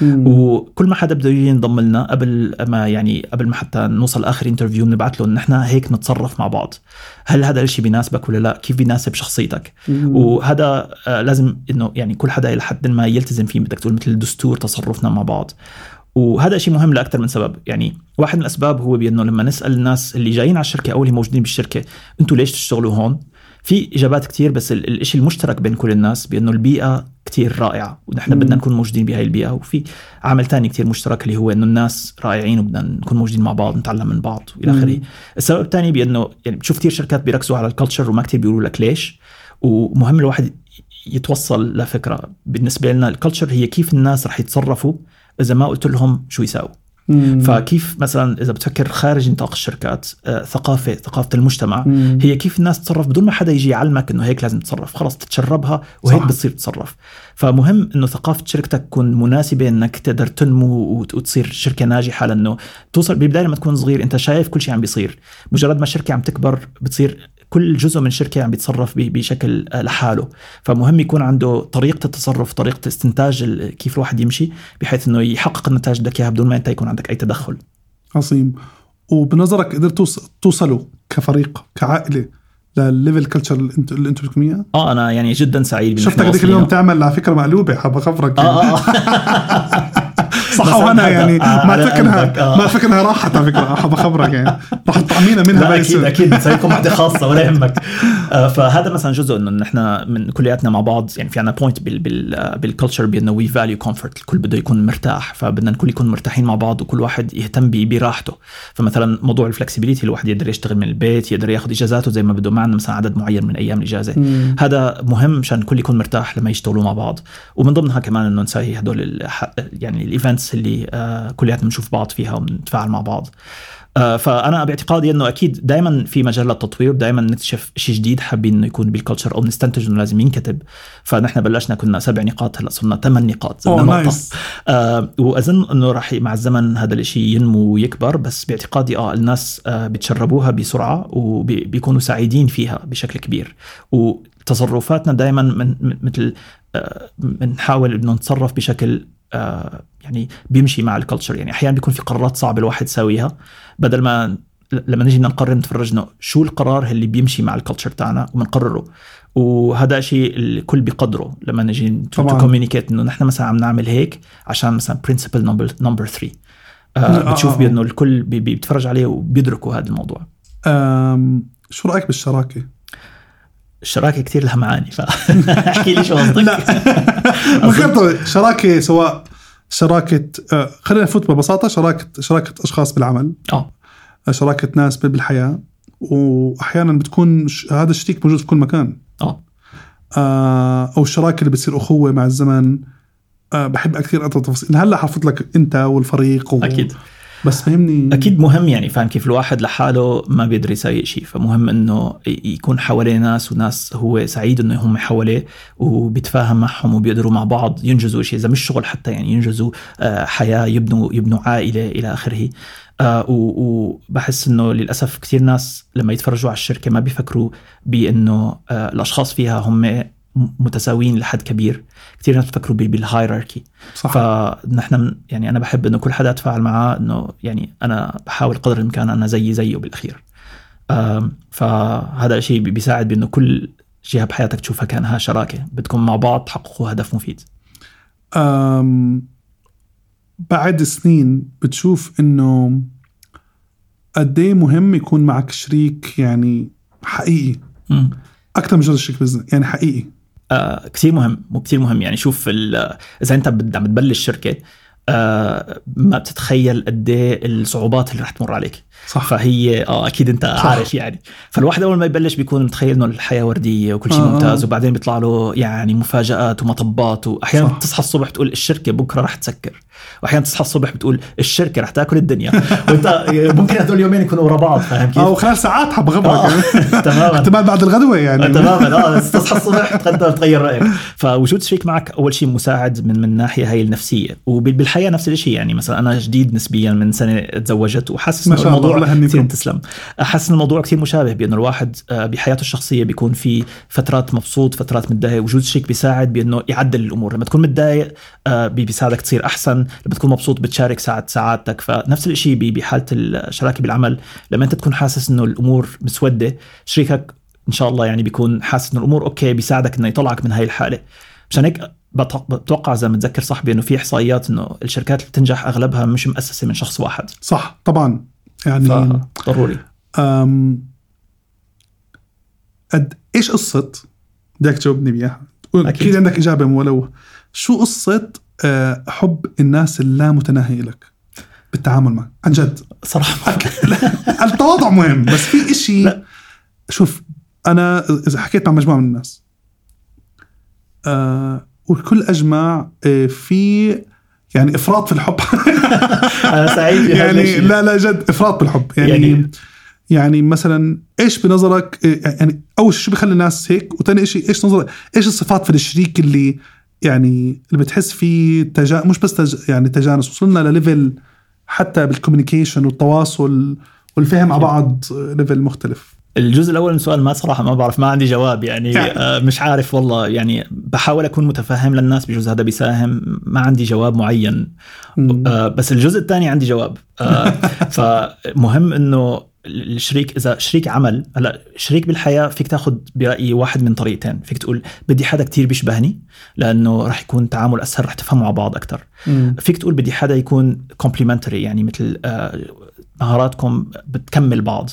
وكل ما حدا بده يجي ينضم لنا قبل ما حتى نوصل اخر انترفيو بنبعث له ان نحن هيك نتصرف مع بعض، هل هذا الشيء بيناسبك ولا لا، كيف بيناسب شخصيتك. وهذا لازم انه يعني كل حدا الى حد ما يلتزم فيه، بدك تقول مثل الدستور تصرفنا مع بعض. وهذا شيء مهم لأكثر من سبب. يعني واحد من الأسباب هو بأنه لما نسأل الناس اللي جايين على الشركة أو اللي موجودين بالشركة أنتوا ليش تشتغلوا هون، في إجابات كتير، بس الشيء المشترك بين كل الناس بأنه البيئة كتير رائعة ونحن بدنا نكون موجودين بهاي البيئة. وفي عامل تاني كتير مشترك اللي هو أنه الناس رائعين وبدنا نكون موجودين مع بعض نتعلم من بعض وإلى آخره. السبب الثاني بأنه يعني بتشوف كتير شركات بيركزوا على الكالتشر وما كتير بيقولوا لك ليش. ومهم الواحد يتوصل لفكرة بالنسبة لنا الكالتشر هي كيف الناس رح يتصرفوا إذا ما قلت لهم شو يساووا. فكيف مثلا إذا بتفكر خارج نطاق الشركات، ثقافة المجتمع هي كيف الناس تتصرف بدون ما حدا يجي يعلمك إنه هيك لازم تتصرف، خلاص تتشربها وهيك بتصير تتصرف. فمهم إنه ثقافة شركتك تكون مناسبة إنك تقدر تنمو وتصير شركة ناجحة، لأنه توصل بالبداية لما تكون صغير أنت شايف كل شيء عم بيصير، مجرد ما الشركة عم تكبر بتصير كل جزء من الشركة عم بيتصرف بشكل لحاله. فمهم يكون عنده طريقة التصرف، طريقة استنتاج كيف الواحد يمشي بحيث إنه يحقق النتائج بدك إياها بدون ما أنت يكون عندك أي تدخل. عظيم. وبنظرك قدرت توصلوا كفريق كعائلة للليفل كلتشر اللي انتم بتكونوا اياه؟ انا يعني جدا سعيد. شفتك هذيك اليوم تعمل على فكره مقلوبه، حاب اخبرك. صح. وانا يعني ما فكرها راحت على فكره، حاب اخبرك يعني راح تطعمينا منها. اكيد بنسويكم واحده خاصه ولا يهمك. فهذا مثلا جزء انه نحن من كلياتنا مع بعض، يعني في عنا بوينت بالكلتشر بانه وي فاليو كومفورت، الكل بده يكون مرتاح، فبدنا الكل يكون مرتاحين مع بعض وكل واحد يهتم براحته. فمثلا موضوع الفلكسبيليتي، الواحد يقدر يشتغل من البيت، يقدر ياخذ اجازاته زي ما بده، معنا مثلا عدد معين من ايام الاجازه. هذا مهم مشان الكل يكون مرتاح لما يشتغلوا مع بعض. ومن ضمنها كمان انه نسوي هدول يعني الايفنتس اللي كلياتنا بنشوف بعض فيها ونتفاعل مع بعض. فأنا باعتقادي أنه أكيد دائما في مجال للتطوير، دائما نكتشف شيء جديد حابين إنه يكون بالكلتشر أو نستنتج إنه لازم ينكتب. فنحن بلشنا كنا 7 نقاط، هلا صرنا 8 نقاط. وأظن إنه راح مع الزمن هذا الشيء ينمو ويكبر، بس باعتقادي الناس بتشربوها بسرعة وبيكونوا سعيدين فيها بشكل كبير. وتصرفاتنا دائما مثل بنحاول إنه نتصرف بشكل يعني بيمشي مع الكلتشر. يعني أحيانا بيكون في قرارات صعبة الواحد يساويها، بدل ما لما نجي نقرر نتفرجنا شو القرار اللي بيمشي مع الكلتشر تاعنا ومنقرره. وهذا شيء الكل بيقدره لما نجي كوميونيكيت انه نحن مثلا عم نعمل هيك عشان مثلا برينسيبل نمبر 3. بتشوف بأنه الكل بيتفرج عليه وبيدركوا هذا الموضوع. شو رأيك بالشراكة؟ الشراكة كتير لها معاني، فاحكي لي شو قصدك. لا شراكة، سواء شراكة خلينا نفوت ببساطة، شراكة أشخاص بالعمل، شراكة ناس بالحياة، وأحيانا بتكون هذا الشريك موجود في كل مكان. أو الشراكة اللي بتصير أخوة مع الزمن. بحب أكثر التفاصيل. هلا حفظ لك أنت والفريق أكيد، بس فهمني أكيد مهم. يعني فاهم كيف الواحد لحاله ما بيقدر يسوي شيء، فمهم إنه يكون حواليه ناس، وناس هو سعيد إنه هم حواليه وبيتفاهم معهم وبيقدروا مع بعض ينجزوا شيء، إذا مش شغل حتى، يعني ينجزوا حياة، يبنوا عائلة إلى آخره. وبحس إنه للأسف كثير ناس لما يتفرجوا على الشركة ما بيفكروا بأنه الأشخاص فيها هم متساويين لحد كبير. كثير ناس بفكروا بالهايراركي. فنحن يعني أنا بحب إنه كل حدا أتفاعل معاه، إنه يعني أنا بحاول قدر الإمكان أنا زيه بالأخير. فهذا الشيء بيساعد بأنه كل جهة بحياتك تشوفها كأنها شراكة، بدكم مع بعض تحققوا هدف مفيد. بعد سنين بتشوف إنه قد إيه مهم يكون معك شريك يعني حقيقي أكثر من جرد شريك بزنس، يعني حقيقي. كثير مهم، وكثير مهم. يعني شوف إذا أنت عم تبلش شركة، ما بتتخيل قد ايه الصعوبات اللي رح تمر عليك. صح. فهي اكيد انت عارف يعني. فالواحد اول ما يبلش بيكون متخيل انه الحياه ورديه وكل شيء ممتاز، وبعدين بيطلع له يعني مفاجآت ومطبات. واحيانا تصحى الصبح تقول الشركه بكره رح تسكر، واحيانا تصحى الصبح بتقول الشركه رح تاكل الدنيا. وانت ممكن هذول اليومين يكونوا ورا بعض، فاهم كيف؟ او خلال ساعات حبغبك تماما. احتمال بعد الغدوه يعني تماما. تصحى الصبح تغير رايك. فوجود شريك معك اول شيء مساعد من ناحيه هاي النفسيه. وبالحياه نفس الشيء. يعني مثلا انا جديد نسبيا، من سنه تزوجت، وحاسس انه الموضوع كثير تسلم، احس الموضوع كثير مشابه، بانه الواحد بحياته الشخصيه بيكون في فترات مبسوط، فترات متضايق. وجود شريك بيساعد بانه يعدل الامور. لما تكون متضايق بيساعدك تصير احسن، لما تكون مبسوط بتشارك سعادتك. فنفس الشيء بحاله الشراكه بالعمل، لما انت تكون حاسس انه الامور مسوده، شريكك ان شاء الله يعني بيكون حاسس انه الامور اوكي، بيساعدك انه يطلعك من هاي الحاله. مشان هيك بتوقع زي ما متذكر صح بأنه في إحصائيات أنه الشركات اللي بتنجح أغلبها مش مؤسسة من شخص واحد. صح طبعا. يعني ضروري. إيش قصة بدك تجاوبني بيها؟ أكيد عندك إجابة ولو شو قصة حب الناس اللا متناهي لك بالتعامل معك عن جد؟ صراحة التواضع مهم، بس في إشي شوف، أنا إذا حكيت مع مجموعة من الناس والكل أجمع في يعني إفراط في الحب. أنا سعيد يعني لا جد إفراط بالحب. يعني مثلا إيش بنظرك، يعني أول شيء بيخلي الناس هيك، وتاني شيء إيش نظرك، إيش الصفات في الشريك اللي يعني اللي بتحس فيه مش بس يعني تجانس، وصلنا لليفل حتى بالكوميونيكيشن والتواصل والفهم مع بعض ليفل مختلف. الجزء الأول من السؤال ما صراحة ما بعرف، ما عندي جواب يعني. مش عارف والله. يعني بحاول أكون متفهم للناس، بجوز هذا بيساهم. ما عندي جواب معين. بس الجزء الثاني عندي جواب. فمهم إنه الشريك إذا شريك عمل، هلا شريك بالحياة فيك تاخد برأيي واحد من طريقتين. فيك تقول بدي حدا كتير بيشبهني لأنه رح يكون تعامل أسهل، رح تفهموا مع بعض أكتر. فيك تقول بدي حدا يكون complementary، يعني مثل مهاراتكم بتكمل بعض.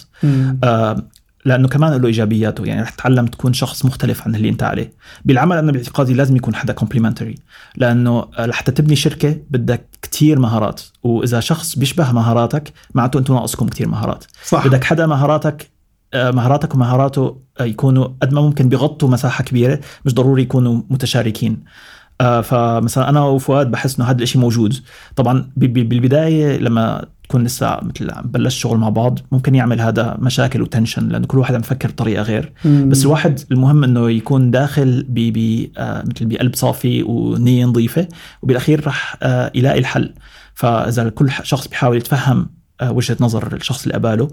لأنه كمان له إيجابياته، يعني رح تتعلم تكون شخص مختلف عن اللي أنت عليه. بالعمل أنا باعتقادي لازم يكون حدا complementary، لأنه لحتى تبني شركة بدك كتير مهارات، وإذا شخص بيشبه مهاراتك معناته أنتوا ناقصكم كتير مهارات. صح. بدك حدا مهاراتك ومهاراته يكونوا قد ما ممكن بيغطوا مساحة كبيرة، مش ضروري يكونوا متشاركين. فمثلا أنا وفؤاد بحس إنه هذا الشيء موجود. طبعا بالبداية لما تكون لسه مثل بلش شغل مع بعض ممكن يعمل هذا مشاكل وتنشن، لأنه كل واحد عم يفكر بطريقة غير. بس الواحد المهم إنه يكون داخل مثل بقلب صافي ونية نظيفة، وبالأخير رح يلاقي الحل. فإذا كل شخص بيحاول يتفهم وجهة نظر الشخص اللي قباله،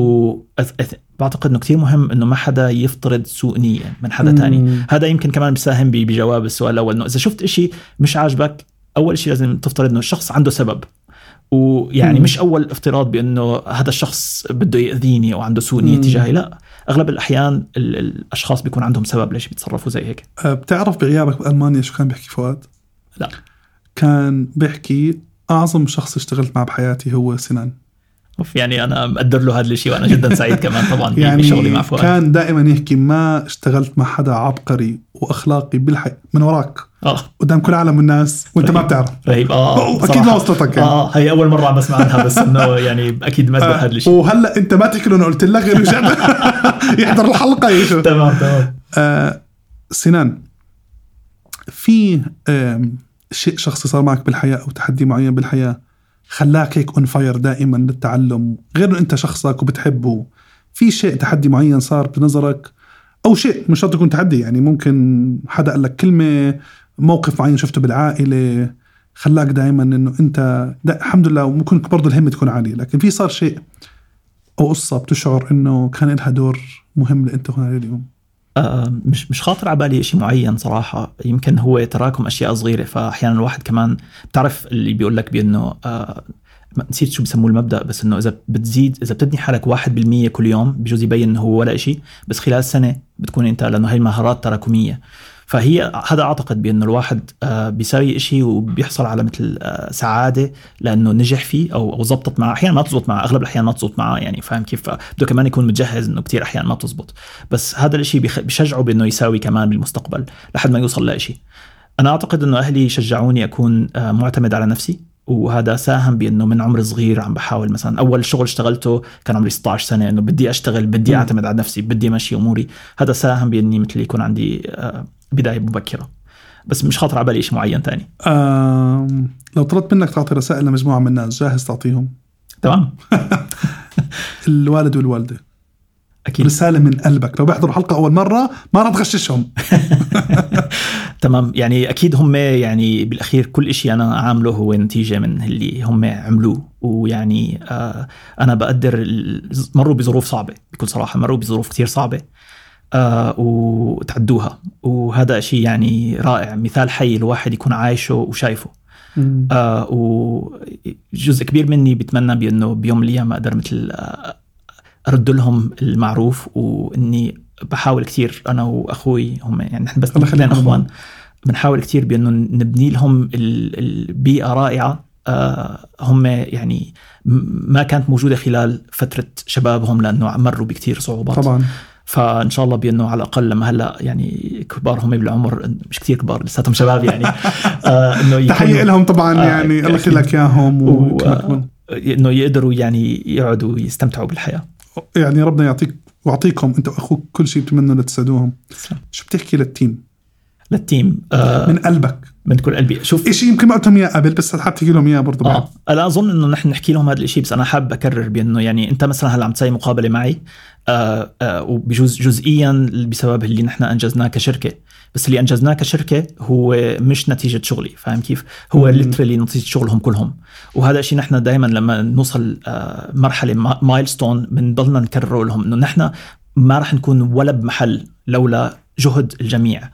وبعتقد إنه كتير مهم إنه ما حدا يفترض سوء نية من حدا تاني. هذا يمكن كمان بيساهم بجواب السؤال الأول، إنه إذا شفت إشي مش عاجبك أول شيء لازم تفترض إنه الشخص عنده سبب، ويعني مش أول افتراض بأنه هذا الشخص بده يأذيني أو عنده سوء نية تجاهي. لا، أغلب الأحيان الأشخاص بيكون عندهم سبب ليش بيتصرفوا زي هيك. بتعرف بغيابك بألمانيا شو كان بيحكي فؤاد؟ لا، كان بيحكي أعظم شخص اشتغلت معه بحياتي هو سنان. يعني أنا مقدر له هذا الشيء، وأنا جدا سعيد كمان طبعا يعني بشغلي مع فؤاد. كان دائما يحكي ما اشتغلت مع حدا عبقري وأخلاقي بالحياة من وراك قدام كل عالم الناس وانت ما بتعرف. رهيب. اكيد ما وصلتك يعني. هي اول مره عم بسمع عنها، بس انه يعني اكيد ما هذا الشيء. وهلا انت ما تحكي له انا قلت لك غير يحضر الحلقه يشوف. تمام. سنان، في شيء شخصي صار معك بالحياه او تحدي معين بالحياه خلاك هيك اون فاير دائما للتعلم، غير انه انت شخصك وبتحبه، في شيء تحدي معين صار بنظرك، أو شيء مش شرط يكون تحدي، يعني ممكن حدا قال لك كلمة، موقف معين شفته بالعائلة خلاك دائما إنه أنت الحمد لله، وممكن برضو الهمة تكون عالية، لكن في صار شيء أو قصة بتشعر إنه كان لها دور مهم لأنت هنا عليه اليوم؟ مش خاطر على بالي شيء معين صراحة. يمكن هو تراكم أشياء صغيرة. فأحيانا الواحد كمان بتعرف اللي بيقول لك بأنه نسيت شو بسموه المبدأ، بس إنه إذا بتبني حالك 1% كل يوم بجوز يبين إنه هو ولا شيء، بس خلال سنة بتكون أنت، لأنه هاي مهارات تراكمية. فهي هذا أعتقد بأنه الواحد بيساوي إشي وبيحصل على مثل سعادة لأنه نجح فيه أو زبطت معه. أحيانا ما تزبط معه، أغلب الأحيان ما تزبط معه، يعني فاهم كيف؟ بده كمان يكون متجهز إنه كتير أحيان ما تزبط، بس هذا الإشي بيشجعه بأنه يساوي كمان بالمستقبل لحد ما يوصل لإشي. أنا أعتقد إنه أهلي شجعوني أكون معتمد على نفسي، وهذا ساهم بأنه من عمر صغير عم بحاول. مثلا أول شغل اشتغلته كان عمري 16 سنة، إنه بدي أشتغل، بدي أعتمد على نفسي، بدي أمشي أموري. هذا ساهم بأني مثل يكون عندي بداية مبكرة. بس مش خاطر على بالي شيء معين تاني. لو طلبت منك تعطي رسائل لمجموعة من الناس، جاهز تعطيهم؟ تمام. الوالد والوالدة أكيد. رسالة من قلبك، لو بيحضروا حلقة أول مرة ما راح تغششهم. تمام. يعني أكيد هم، يعني بالأخير كل إشي أنا عامله هو نتيجة من اللي هم عملوه. ويعني أنا بقدر مروا بظروف صعبة، بكل صراحة مروا بظروف كتير صعبة وتعدوها، وهذا شيء يعني رائع، مثال حي الواحد يكون عايشه وشايفه. وجزء كبير مني بتمنى بأنه بيوم من الأيام أقدر مثل أرد لهم المعروف، وإني بحاول كتير أنا وأخوي، هم يعني نحن بس اثنين أخوان، بنحاول كتير بأنه نبني لهم البيئة رائعة. هم يعني ما كانت موجودة خلال فترة شبابهم، لأنه مروا بكتير صعوبات طبعا. فإن شاء الله بأنه على الأقل لما هلا يعني كبار هم بالعمر، مش كتير كبار لساتهم شباب يعني إنه تحية لهم طبعا، يعني الله يخليك إياهم إنه يقدروا يعني يقعدوا يستمتعوا بالحياة. يعني ربنا يعطيك ويعطيكم أنت وأخوك كل شيء بتمنوا لتساعدوهم. شو بتحكي للتيم من قلبك؟ من كل قلبي. شوف إشي يمكن ما قلتهم إياه قبل، بس حاب تحكي لهم إياه برضو. أنا أظن إنه نحن نحكي لهم هذا الشيء، بس أنا حاب أكرر بأنه يعني أنت مثلا هلا عم تسوي مقابلة معي، وبجوز جزئيا بسبب اللي نحن أنجزناه كشركة، بس اللي أنجزناه كشركة هو مش نتيجة شغلي، فاهم كيف؟ هو ليترالي نتيجة شغلهم كلهم. وهذا الشيء نحن دائما لما نوصل مرحلة مايلستون بنضلنا نكرر لهم إنه نحن ما رح نكون ولا بمحل لولا جهد الجميع.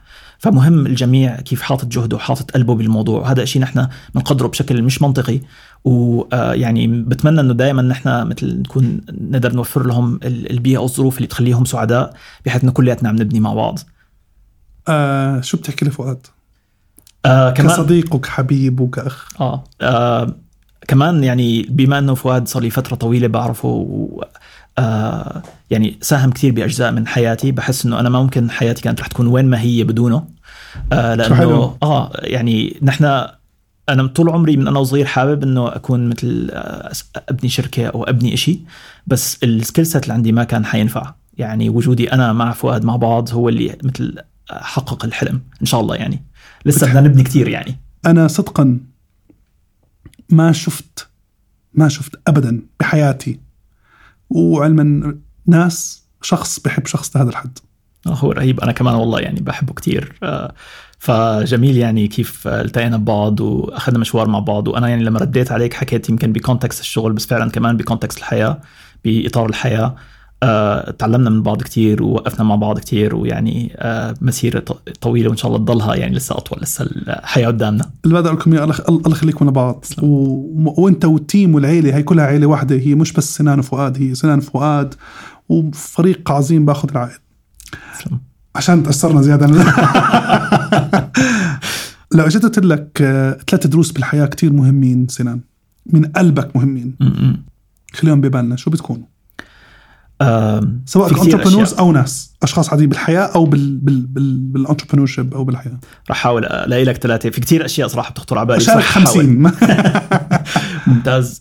فمهم الجميع كيف حاطط جهده وحاطط قلبه بالموضوع، وهذا إشي نحن بنقدره بشكل مش منطقي. ويعني بتمنى إنه دائما نحن مثل نكون نقدر نوفر لهم البيئة والظروف اللي تخليهم سعداء، بحيث إنه كلياتنا عم نبني مع بعض. شو بتحكي لفؤاد؟ كمان كصديق وكحبيب وكأخ. كمان يعني بما أنه فؤاد صار لي فترة طويلة بعرفه يعني ساهم كتير بأجزاء من حياتي. بحس إنه أنا ما ممكن حياتي كانت رح تكون وين ما هي بدونه. لأنه يعني أنا طول عمري من أنا وصغير حابب إنه أكون مثل أبني شركة أو أبني إشي، بس السكيل سيت اللي عندي ما كان حينفع. يعني وجودي أنا مع فؤاد مع بعض هو اللي مثل حقق الحلم إن شاء الله. يعني لسه بدنا نبني كتير. يعني أنا صدقا ما شفت أبدا بحياتي وعلما شخص بحب شخص لهذا الحد. هو رهيب. أنا كمان والله يعني بحبه كتير. فجميل يعني كيف التقينا ببعض وأخذنا مشوار مع بعض. وأنا يعني لما رديت عليك حكيت يمكن بكونتكست الشغل، بس فعلا كمان بكونتكست الحياة، بإطار الحياة. تعلمنا من بعض كتير ووقفنا مع بعض كتير، ويعني مسيرة طويلة وإن شاء الله تضلها يعني لسه أطول، لسه الحياة قدامنا. اللي بدأ لكم يا الله يخليكم لبعض. وانت والتيم والعيلة هي كلها عيلة واحدة، هي مش بس سنان وفؤاد، هي سنان وفؤاد وفريق عظيم باخذ العائد. عشان تأثرنا زيادة. لو اجيت قلت لك 3 دروس بالحياة كتير مهمين سنان من قلبك مهمين، خليهم ببالنا، شو بتكونوا؟ سواء كأنتربرنورز أو أشخاص عاديين بالحياة أو بالانتربرنورشيب أو بالحياة. رح أحاول ألاقي لك 3. في كتير أشياء صراحة بتخطر على بالي. شارك 50. ممتاز.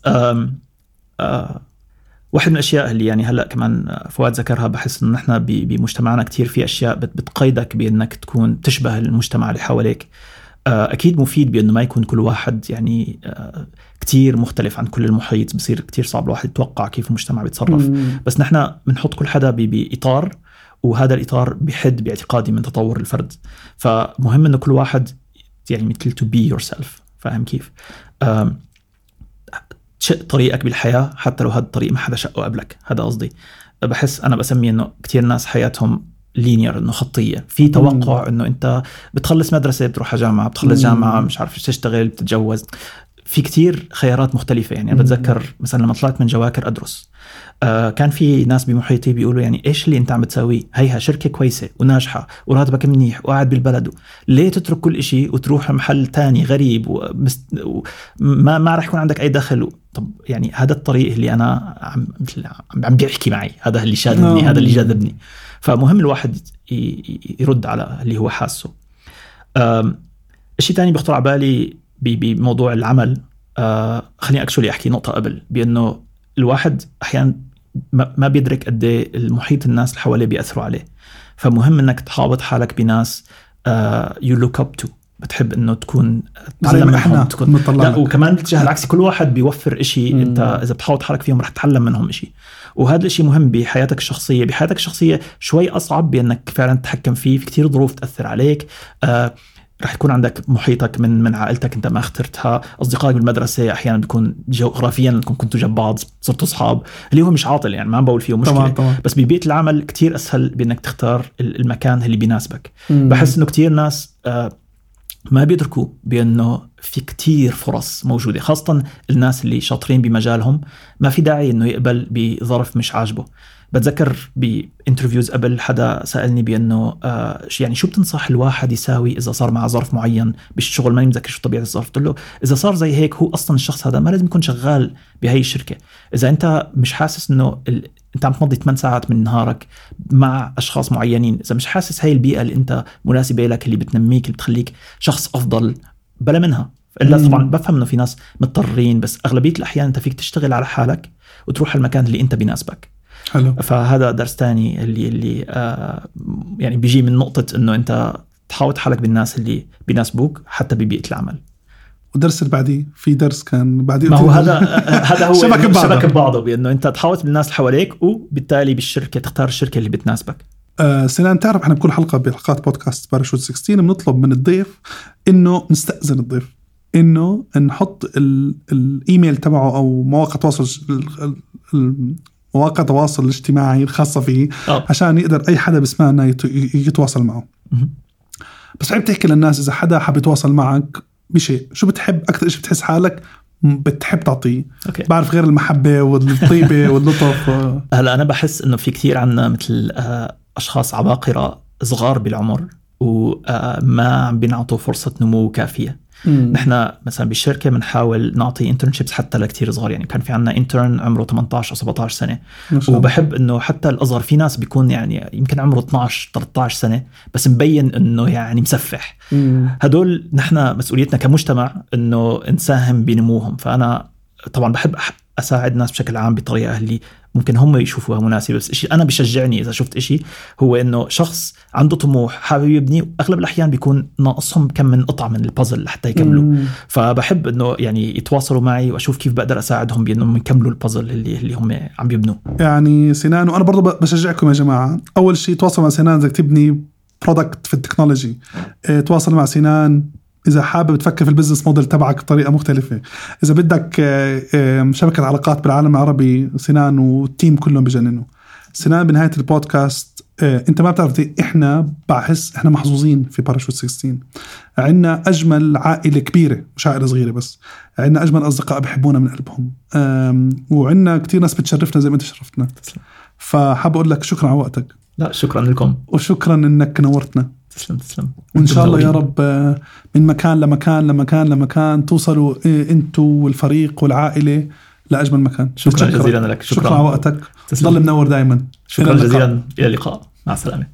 واحد من الأشياء اللي يعني هلأ كمان فؤاد ذكرها، بحس إنه نحن بمجتمعنا كتير في أشياء بتقيدك بأنك تكون تشبه المجتمع اللي حواليك. أكيد مفيد بأنه ما يكون كل واحد يعني كتير مختلف عن كل المحيط. بصير كتير صعب الواحد يتوقع كيف المجتمع بيتصرف. بس نحن بنحط كل حدا بإطار، وهذا الإطار بحد باعتقادي من تطور الفرد. فمهم إنه كل واحد يعني مثل to be yourself. فاهم كيف؟ شق طريقك بالحياة حتى لو هذا الطريق ما حدا شقه قبلك. هذا قصدي. بحس أنا بسمي إنه كتير ناس حياتهم لينير، إنه خطية، في توقع إنه أنت بتخلص مدرسة بتروح جامعة، بتخلص جامعة مش عارف تشتغل، بتتجوز. في كتير خيارات مختلفة. يعني أنا بتذكر مثلا لما طلعت من جواكر أدرس، كان في ناس بمحيطي بيقولوا يعني إيش اللي أنت عم بتسويه؟ هيها شركة كويسة وناجحة وراتبك منيح وقاعد بالبلد، ليه تترك كل إشي وتروح محل تاني غريب وما رح يكون عندك أي دخل؟ طب يعني هذا الطريق اللي أنا عم بيحكي معي، هذا اللي شادني، هذا اللي جذبني. فمهم الواحد يرد على اللي هو حاسه. إشي تاني بيخطر على بالي بموضوع العمل. خليني أكشولي أحكي نقطة قبل، بأنه الواحد أحيانا ما بيدرك قد ايه المحيط الناس اللي حواليه بيأثروا عليه. فمهم إنك تحاوط حالك بناس you look up to، بتحب إنه تكون تعلم منهم، تكون لا. وكمان بالاتجاه العكسي، كل واحد بيوفر إشي أنت إذا بتحاوط حالك فيهم رح تتعلم منهم إشي. وهذا الإشي مهم بحياتك الشخصية. بحياتك الشخصية شوي أصعب بأنك فعلا تتحكم فيه، في كتير ظروف تأثر عليك. رح يكون عندك محيطك من عائلتك انت ما اخترتها، اصدقائك بالمدرسه احيانا بيكون جغرافيا انكم كنتوا جنب بعض صرتوا اصحاب، اللي هو مش عاطل يعني ما بقول فيه مشكله. طبعا. بس ببيئه العمل كتير اسهل بانك تختار المكان اللي بيناسبك. بحس انه كتير ناس ما بيدركوا بانه في كتير فرص موجوده، خاصه الناس اللي شاطرين بمجالهم. ما في داعي انه يقبل بظرف مش عاجبه. بتذكر بانترفيوز قبل حدا سألني بأنه يعني شو بتنصح الواحد يساوي إذا صار مع ظرف معين بالشغل، ما متذكر شو طبيعة الظرف. قلت له إذا صار زي هيك هو أصلا الشخص هذا ما لازم يكون شغال بهاي الشركة. إذا أنت مش حاسس إنه أنت عم تمضي 8 ساعات من نهارك مع أشخاص معينين، إذا مش حاسس هاي البيئة اللي أنت مناسبة لك، اللي بتنميك، اللي بتخليك شخص أفضل، بلا منها. إلا طبعا بفهم إنه في ناس مضطرين، بس أغلبية الأحيان أنت فيك تشتغل على حالك وتروح المكان اللي أنت بيناسبك. حلو. فهذا درس تاني اللي يعني بيجي من نقطة إنه أنت تحاوط حالك بالناس اللي بيناسبوك حتى ببيئة العمل. ودرس اللي بعديه، في درس كان بعديه، ما هو هذا هو شبك ببعضه، بأنه أنت تحاوط بالناس اللي حواليك، وبالتالي بالشركة تختار الشركة اللي بتناسبك. سنان، تعرف احنا بكل حلقة بحلقات بودكاست باراشوت 16 بنطلب من الضيف إنه نستأذن الضيف إنه نحط الإيميل تبعه أو مواقع التواصل الاجتماعي الخاصة فيه عشان يقدر أي حدا بسمعنا يتواصل معه. بس بحب تحكي للناس إذا حدا حاب يتواصل معك بشيء، شو بتحب أكثر إشي بتحس حالك بتحب تعطيه؟ أوكي. بعرف غير المحبة والطيبة واللطف هلا أنا بحس إنه في كثير عنا مثل أشخاص عباقرة صغار بالعمر وما عم بينعطوا فرصة نمو كافية. نحن مثلا بالشركة بنحاول نعطي انترنشيبس حتى لكتير صغار، يعني كان في عنا انترن عمره 18 أو 17 سنة، وبحب إنه حتى الأصغر في ناس بيكون يعني يمكن عمره 12 13 سنة بس مبين إنه يعني مسفح. هدول نحن مسؤوليتنا كمجتمع إنه نساهم بنموهم. فأنا طبعا بحب أساعد ناس بشكل عام بطريقة اللي ممكن هم يشوفوها مناسبة، بس إشي أنا بشجعني إذا شفت إشي هو إنه شخص عنده طموح حابب يبني، وأغلب الأحيان بيكون ناقصهم كم من قطعة من البازل لحتى يكملوا. فبحب إنه يعني يتواصلوا معي وأشوف كيف بقدر أساعدهم بأنهم يكملوا البازل اللي هم عم يبنوا. يعني سنان، وأنا برضو بشجعكم يا جماعة، أول شيء تواصلوا مع سنان إذا تبني برودكت في التكنولوجي، تواصل مع سنان إذا حابب تفكر في البزنس موديل تبعك بطريقة مختلفة. إذا بدك شبكة علاقات بالعالم العربي، سنان والتيم كلهم بجننوا. سنان بنهاية البودكاست، أنت ما بتعرف دي، إحنا بحس إحنا محظوظين في باراشوت 16. عنا أجمل عائلة كبيرة، مش عائلة صغيرة بس، عنا أجمل أصدقاء بحبونا من قلبهم، وعنا كتير ناس بتشرفنا زي ما أنت شرفتنا. فحاب أقول لك شكرا على وقتك. لا شكرا لكم، وشكرا إنك نورتنا. تسلم. وإن شاء الله يا رب من مكان لمكان توصلوا أنتوا والفريق والعائلة لأجمل مكان. شكرا جزيلا لك. شكرا على وقتك. ضل منور دائما. شكرا جزيلا. إلى اللقاء. مع السلامة.